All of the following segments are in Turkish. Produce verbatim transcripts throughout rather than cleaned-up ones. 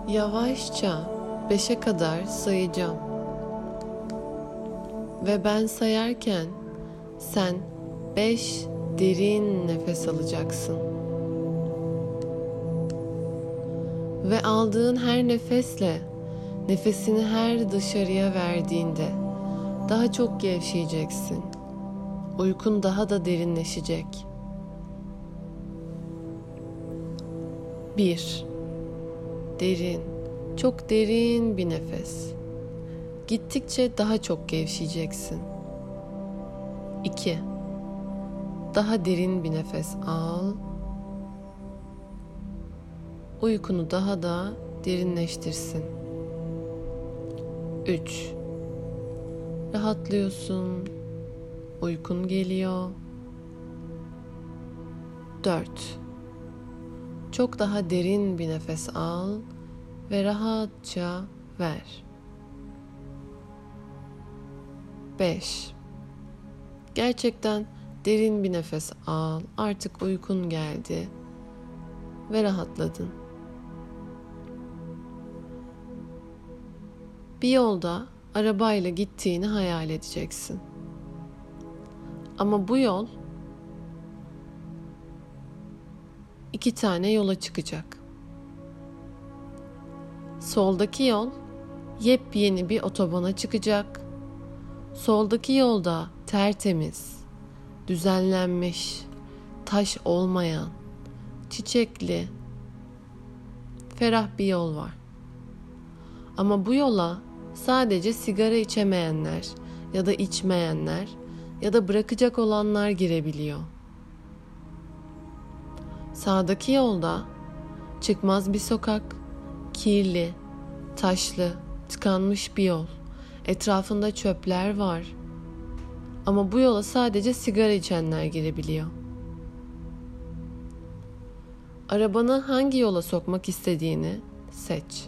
Yavaşça beşe kadar sayacağım. Ve ben sayarken sen beş derin nefes alacaksın. Ve aldığın her nefesle nefesini her dışarıya verdiğinde daha çok gevşeyeceksin. Uykun daha da derinleşecek. Bir. Derin, çok derin bir nefes. Gittikçe daha çok gevşeyeceksin. İki. Daha derin bir nefes al. Uykunu daha da derinleştirsin. Üç. Rahatlıyorsun. Uykun geliyor. Dört. Çok daha derin bir nefes al ve rahatça ver. Beş. Gerçekten derin bir nefes al. Artık uykun geldi ve rahatladın. Bir yolda arabayla gittiğini hayal edeceksin. Ama bu yol iki tane yola çıkacak. Soldaki yol yepyeni bir otobana çıkacak. Soldaki yolda tertemiz, düzenlenmiş, taş olmayan, çiçekli, ferah bir yol var. Ama bu yola sadece sigara içemeyenler ya da içmeyenler ya da bırakacak olanlar girebiliyor. Sağdaki yolda çıkmaz bir sokak, kirli, taşlı, tıkanmış bir yol. Etrafında çöpler var. Ama bu yola sadece sigara içenler girebiliyor. Arabanı hangi yola sokmak istediğini seç.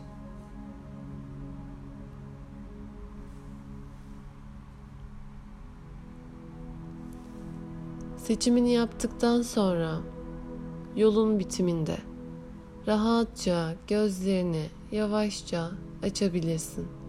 Seçimini yaptıktan sonra yolun bitiminde rahatça gözlerini yavaşça açabilirsin.